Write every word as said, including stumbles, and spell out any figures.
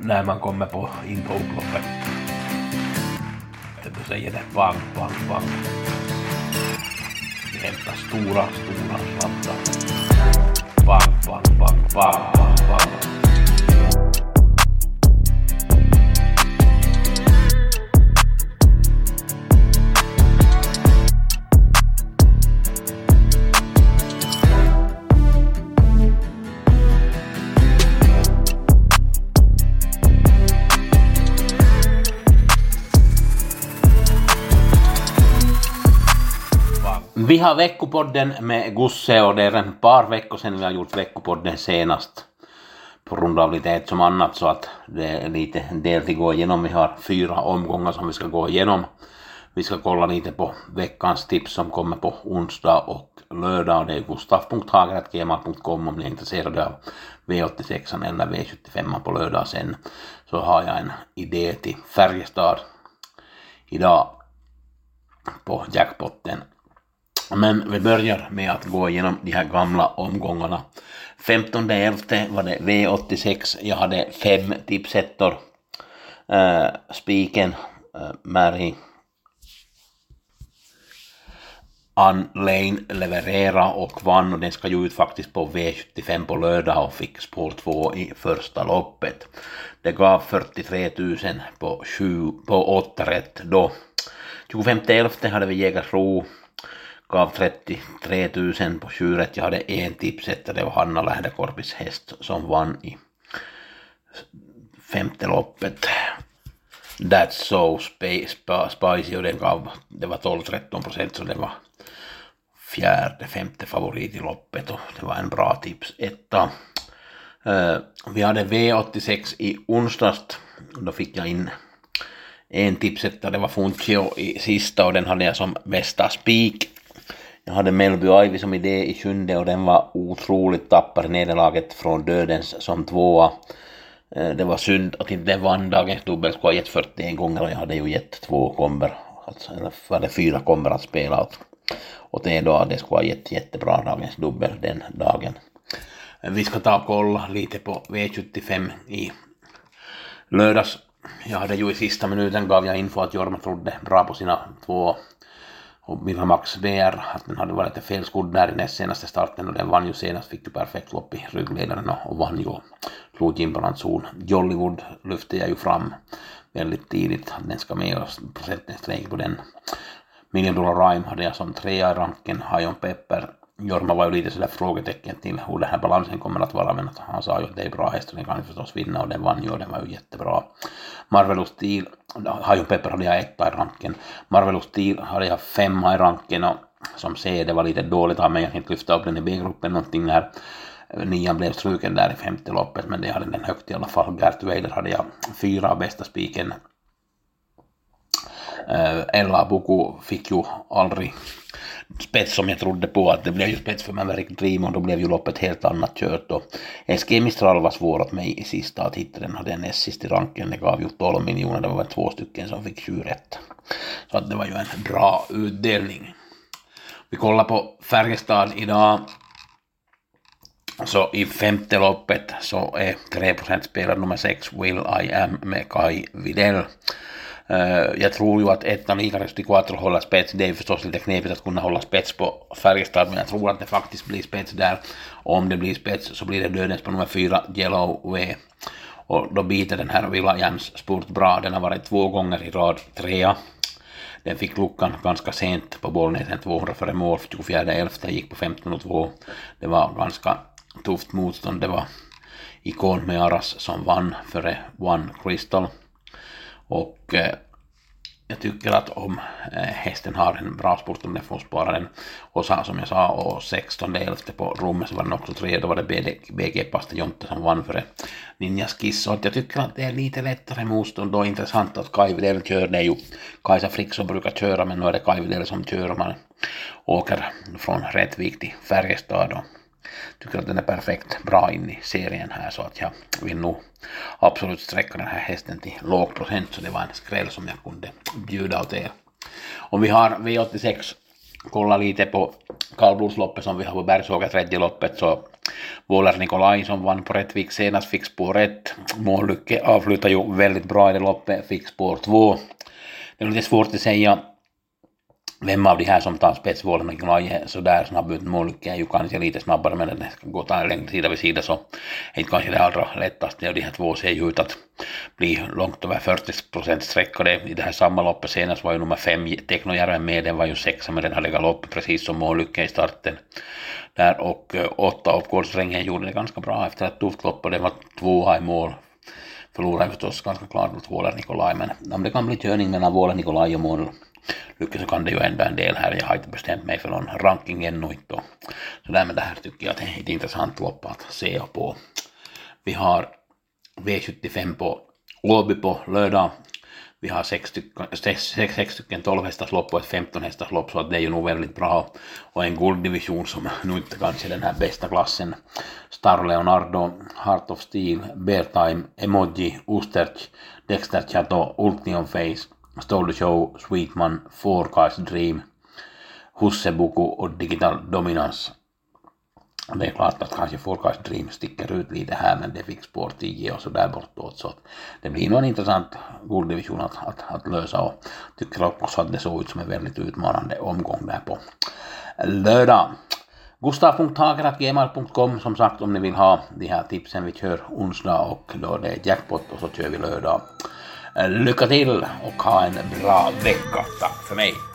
när man kommer på, in på upploppet. Då säger det bang, bang, bang. Vi hämtar stora, stora slantar. Bang, bang, bang, bang, bang, bang. Vi har veckopodden med Gusse och det är en par veckor sedan vi har gjort veckopodden senast på grund av lite ett som annat så att det är lite del till gå igenom. Vi har fyra omgångar som vi ska gå igenom. Vi ska kolla lite på veckans tips som kommer på onsdag och lördag och det är gustaf punkt hager at gmail punkt com om ni är intresserade av V åttiosex eller V sjuttiofem på lördag. Sen så har jag en idé till Färjestad idag på jackpotten. Men vi börjar med att gå igenom de här gamla omgångarna. femtonde elfte var det V åttiosex. Jag hade fem tipsettor. Uh, Spiken, uh, Mary, Ann Lane leverera och vann. Och den ska ju ut faktiskt på V sjuttiofem på lördag och fick spår två i första loppet. Det gav fyrtiotre tusen på, sju, på åtta rätt då. tjugofemte elfte hade vi Jägersro. Gav trettiotre tusen på sju rätt. Jag hade en tipset och det var Hanna Lähdekorpis häst som vann i femte loppet. That's so spicy och den gav, det var tolv till tretton procent så det var fjärde, femte favorit i loppet och det var en bra tips etta. Uh, vi hade V åttiosex i onsdags då fick jag in en tipset och det var Funchio i sista och den hade jag som bästa spik. Jag hade Melby Aivi som idé i sjunde och den var otroligt tappar i nederlaget från dödens som tvåa. Det var synd att inte den vann. Dagens dubbel skulle ha gett fyrtioen gånger och jag hade ju gett två komber, alltså, eller var det fyra komber att spela åt. Och det då det skulle ha gett jättebra dagens dubbel den dagen. Vi ska ta och kolla lite på V sjuttiofem i lördags. Jag hade ju i sista minuten gav jag info att Jorma trodde bra på sina två. Och Milhamax V R, att den hade varit lite felskodd där i näst senaste starten och den vann ju senast, fick ju perfekt lopp i ryggledaren och, och vann ju. Slog Jimbaland Sol. Jollywood lyfte jag ju fram väldigt tidigt, att den ska med och procenten sträck på den. Million Dollar Rhyme hade jag som trea i ranken, Hajon Pepper. Jorma var ju lite sådär frågetecken till hur den här balansen kommer att vara, men att han sa ju att det är bra häst och den kan ju förstås vinna och den vann ju och den var ju jättebra. Marvelous Steel, Hajon Pepper hade jag etta i ranken. Marvelous Steel hade jag femma i ranken och som ser det var lite dåligt av mig att inte lyfta upp den i B-gruppen någonting när nian blev struken där i femte loppet, men det hade den högt i alla fall. Gert Weiler hade jag fyra av bästa spiken. Ella Buku fick ju aldrig spets som jag trodde på att det blev ju spets för Maverick Dream och då blev ju loppet helt annat kört och S G Mistral var svår åt mig i sista att hitta den, hade en näst sist i ranken, det gav ju tolv miljoner, det var två stycken som fick sju rätt så att det var ju en bra utdelning. Vi kollar på Färjestad idag, så i femte loppet så är tre procent spelare nummer sex Will I Am med Kai Widell. Uh, jag tror ju att ettan Icarus de Quattro håller spets. Det är ju förstås lite knepigt att kunna hålla spets på Färjestad, men jag tror att det faktiskt blir spets där. Och om det blir spets så blir det dödens på nummer fyra Yellow W. Och då biter den här Williams spurt bra. Den har varit två gånger i rad trea. Den fick luckan ganska sent på Bollnäsen tvåhundra före mål. tjugofjärde elfte gick på femton och två. Det var ganska tufft motstånd. Det var Ikon med Aras som vann före One Crystal. Och eh, jag tycker att om eh, hästen har en bra sport om den får spara den. Och så, som jag sa, och sextonde elfte på rummet så var den också tre. Då var det B G Pasta Jonte som vann före Ninjas Kiss. Så jag tycker att det är lite lättare motstånd och intressant att Kai Widell kör. Det är ju Kajsa Frick som brukar köra, men nu är det Kai Widell som kör och man åker från Rättvik till Färjestad. Och tycker att den är perfekt bra in i serien här så att jag vill nog absolut sträcka den här hästen till låg procent, så det var en skräll som jag kunde bjuda åt er. Och vi har V åttiosex kolla lite på kallblodsloppet som vi har på Bergsåga tredje-loppet, så Wåhler Nikolaj som vann på Rättvik senast fick spår ett. Mållycke avslutar ju väldigt bra i det loppet, fick spår två. Det är lite svårt att säga vem av de här som tar spets. Wåhler Nikolaj är sådär snabb ut. Mållycke är ju kanske lite snabbare, men den ska gå ta längre sida vid sida, så är inte kanske det allra lättaste. Och de här två ser ju ut att bli långt över fyrtio procent sträckade. I det här samma loppet senast var ju nummer fem Teknojärven med, den var ju sexa, men den hade galopp precis som Mållycke i starten där, och uh, åtta uppgårdsrängen gjorde det ganska bra efter ett tufft lopp, och det var tvåa i mål. Förlorade förstås ganska klart mot Wåhler Nikolaj, men om det kan bli körning mellan Wåhler Nikolaj och Mållycke så kan det ju ändå en del här. Jag har inte bestämt mig för någon ranking ännu inte, så där, men det här tycker jag att det är ett intressant lopp att se på. Vi har V sjuttiofem på Åby på lördag. Vi har sex stycken, sex, sex, sex stycken tolv hästars lopp och ett femton hästars lopp, så att det är ju nog väldigt bra. Och en gulddivision som nu inte kanske den här bästa klassen. Star Leonardo, Heart of Steel, Beartime, Emoji, Usterch, Dexter Chateau, Ultion Face, Stole the Show, Sweetman, Forecast Dream, Hussebuku och Digital Dominance. Det är klart att kanske Forecast Dream sticker ut lite här, men det fick spår tio och så där bortåt, så att det blir nog en intressant gulddivision att, att, att lösa, och tycker också att det såg ut som en väldigt utmanande omgång där på lördag. gustav punkt hager at gmail punkt com som sagt om ni vill ha de här tipsen. Vi kör onsdag och då det är jackpot, och så kör vi lördag. Lycka till och ha en bra vecka. Tack för mig.